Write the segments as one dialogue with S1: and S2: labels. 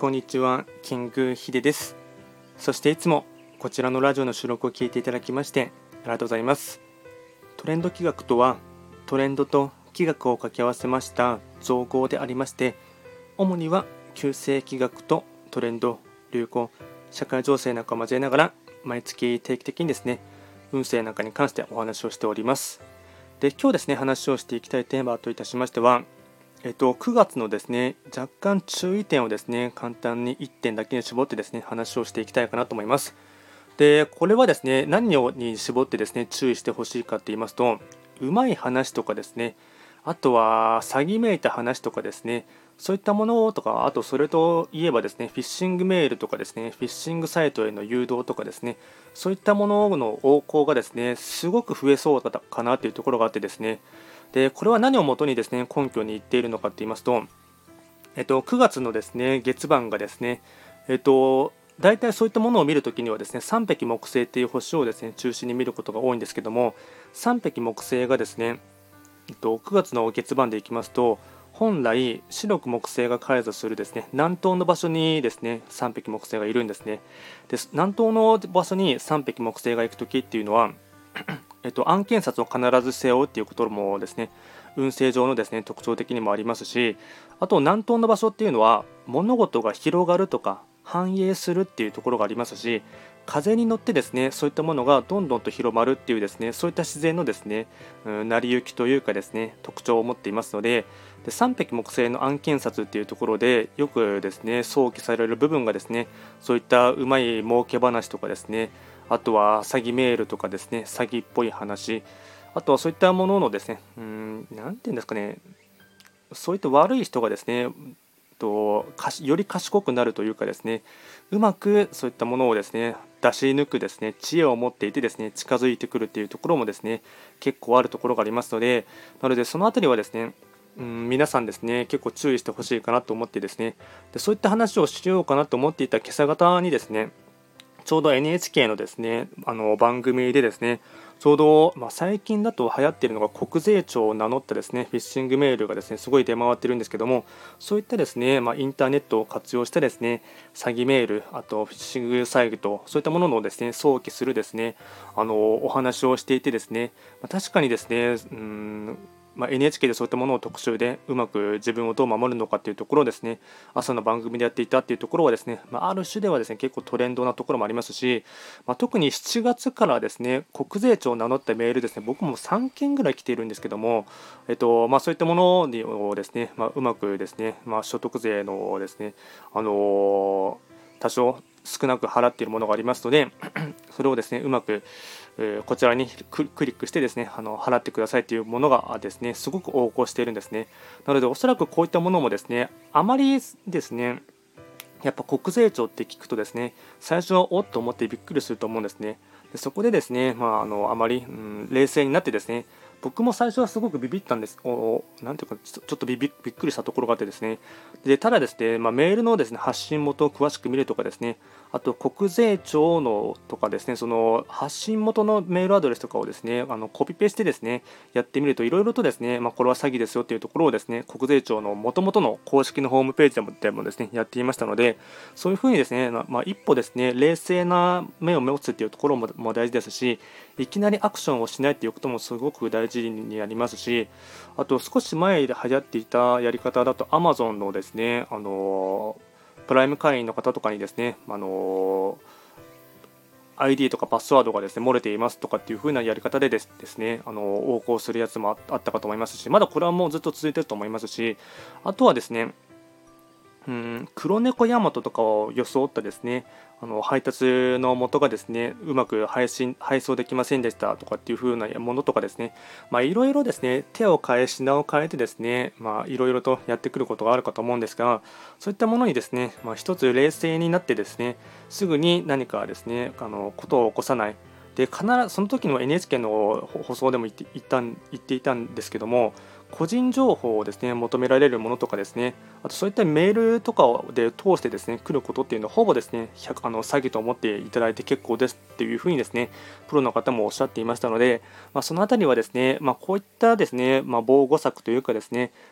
S1: こんにちは、キングヒデです。そしていつもこちらのラジオの収録を聞いていただきましてありがとうございます。トレンド企画とは、トレンドと企画を掛け合わせました造語でありまして、主には旧世企画とトレンド、流行、社会情勢なんかを交えながら毎月定期的にですね、運勢なんかに関してお話をしております。で、今日ですね、話をしていきたいテーマといたしましては、9月のですね、若干注意点をですね、簡単に1点だけに絞ってですね、話をしていきたいかなと思います。で、これはですね、何に絞ってですね、注意してほしいかと言いますと、うまい話とかですね、あとは詐欺めいた話とかですね、そういったものとか、あとそれといえばですね、フィッシングメールとかですね、フィッシングサイトへの誘導とかですね、そういったものの横行がですね、すごく増えそうだかなというところがあってですね、で、これは何をもとにですね、根拠に言っているのかと言いますと、9月のですね、月番がですね、大体そういったものを見るときにはですね、3匹木星という星をですね、中心に見ることが多いんですけども、3匹木星がですね、9月の月番でいきますと、本来白く木星が開座するですね、南東の場所にですね、3匹木星がいるんですね。で、南東の場所に3匹木星が行くときっていうのは、案件札を必ず背負うっていうこともですね、運勢上のですね、特徴的にもありますし、あと南東の場所っていうのは物事が広がるとか繁栄するっていうところがありますし、風に乗ってですね、そういったものがどんどんと広まるっていうですね、そういった自然のですね、成り行きというかですね、特徴を持っていますので、3匹木星の案件札っていうところでよくですね、想起される部分がですね、そういったうまい儲け話とかですね、あとは詐欺メールとかですね、詐欺っぽい話、あとはそういったもののですね、なんていうんですかね、そういった悪い人がですね、より賢くなるというかですね、うまくそういったものをですね、出し抜くですね、知恵を持っていてですね、近づいてくるというところもですね、結構あるところがありますので、なのでそのあたりはですね、皆さんですね、結構注意してほしいかなと思ってですね、でそういった話をしようかなと思っていた今朝方にですね、ちょうど NHK のですね、番組でですね、ちょうど、最近だと流行っているのが国税庁を名乗ったですね、フィッシングメールがですね、すごい出回ってるんですけども、そういったですね、インターネットを活用してですね、詐欺メール、あとフィッシングサイト、そういったもののですね、想起するですね、お話をしていてですね、確かにですね、NHK でそういったものを特集でうまく自分をどう守るのかというところをですね、朝の番組でやっていたっていうところはですね、ある種ではですね、結構トレンドなところもありますし、特に7月からですね、国税庁を名乗ったメールですね、僕も3件ぐらい来ているんですけども、そういったものをですね、うまくですね、所得税のですね、多少少なく払っているものがありますので、それをですね、うまくこちらにクリックしてですね、払ってくださいというものがですね、すごく横行しているんですね。なので、おそらくこういったものもですね、あまりですね、やっぱ国税庁って聞くとですね、最初はおっと思ってびっくりすると思うんですね。でそこでですね、あまり、冷静になってですね、僕も最初はすごくビビったんです。なんていうか、ちょっとびっくりしたところがあってですね。で、ただですね、メールのですね、発信元を詳しく見るとかですね、あと国税庁のとかですね、その発信元のメールアドレスとかをですね、コピペしてですね、やってみるといろいろとですね、これは詐欺ですよというところをですね、国税庁の元々の公式のホームページでもですね、やっていましたので、そういうふうにですね、一歩ですね、冷静な目を持つというところも大事ですし、いきなりアクションをしないということもすごく大事になりますし、あと少し前で流行っていたやり方だと Amazon のですね、プライム会員の方とかにですね、ID とかパスワードがですね漏れていますとかっていう風なやり方でですね、横行するやつもあったかと思いますし、まだこれはもうずっと続いていると思いますし、あとはですね、黒猫ヤマトとかを装ったですね、配達の元がですね、うまく配送できませんでしたとかっていう風なものとかですね、いろいろですね、手を変え品を変えてですね、いろいろとやってくることがあるかと思うんですが、そういったものにですね、一つ冷静になってですね、すぐに何かですね、ことを起こさない。で、必ずその時の NHK の放送でも言っていたんですけども、個人情報をですね求められるものとかですね、あとそういったメールとかで通してですね来ることっていうのはほぼですね詐欺と思っていただいて結構ですっていうふうにですねプロの方もおっしゃっていましたので、そのあたりはですね、こういったですね、防護策というかですね、知っ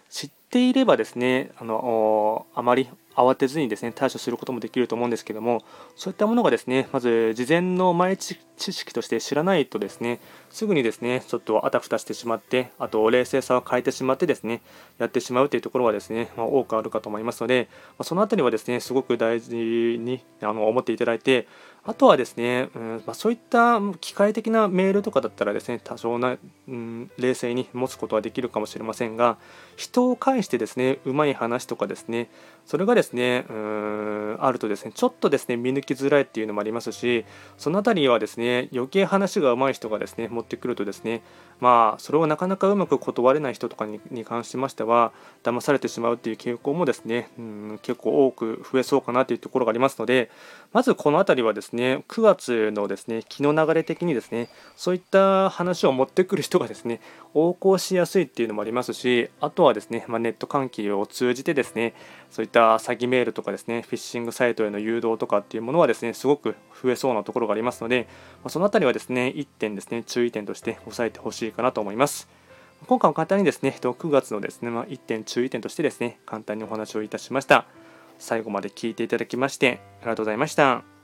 S1: っていればですね、あまり慌てずにですね、対処することもできると思うんですけども、そういったものがですね、まず事前の前知識として知らないとですね、すぐにですね、ちょっとあたふたしてしまって、あと冷静さを欠いてしまってですね、やってしまうというところはですね、多くあるかと思いますので、そのあたりはですね、すごく大事に思っていただいて、あとはですね、そういった機械的なメールとかだったらですね、多少な、冷静に持つことはできるかもしれませんが、人を介してですね、うまい話とかですね、それがですね、あるとですね、ちょっとですね、見抜きづらいっていうのもありますし、そのあたりはですね、余計話がうまい人がですね、持ってくるとですね、それをなかなかうまく断れない人とかに関しましては、騙されてしまうっていう傾向もですね、結構多く増えそうかなというところがありますので、まずこのあたりはですね、9月のですね、気の流れ的にですね、そういった話を持ってくる人がですね、横行しやすいっていうのもありますし、あとはですね、ネット関係を通じてですね、そういった詐欺メールとかですね、フィッシングサイトへの誘導とかっていうものはですね、すごく増えそうなところがありますので、そのあたりはですね、1点ですね、注意点として押さえてほしいかなと思います。今回は簡単にですね、9月のですね、1点注意点としてですね、簡単にお話をいたしました。最後まで聞いていただきまして、ありがとうございました。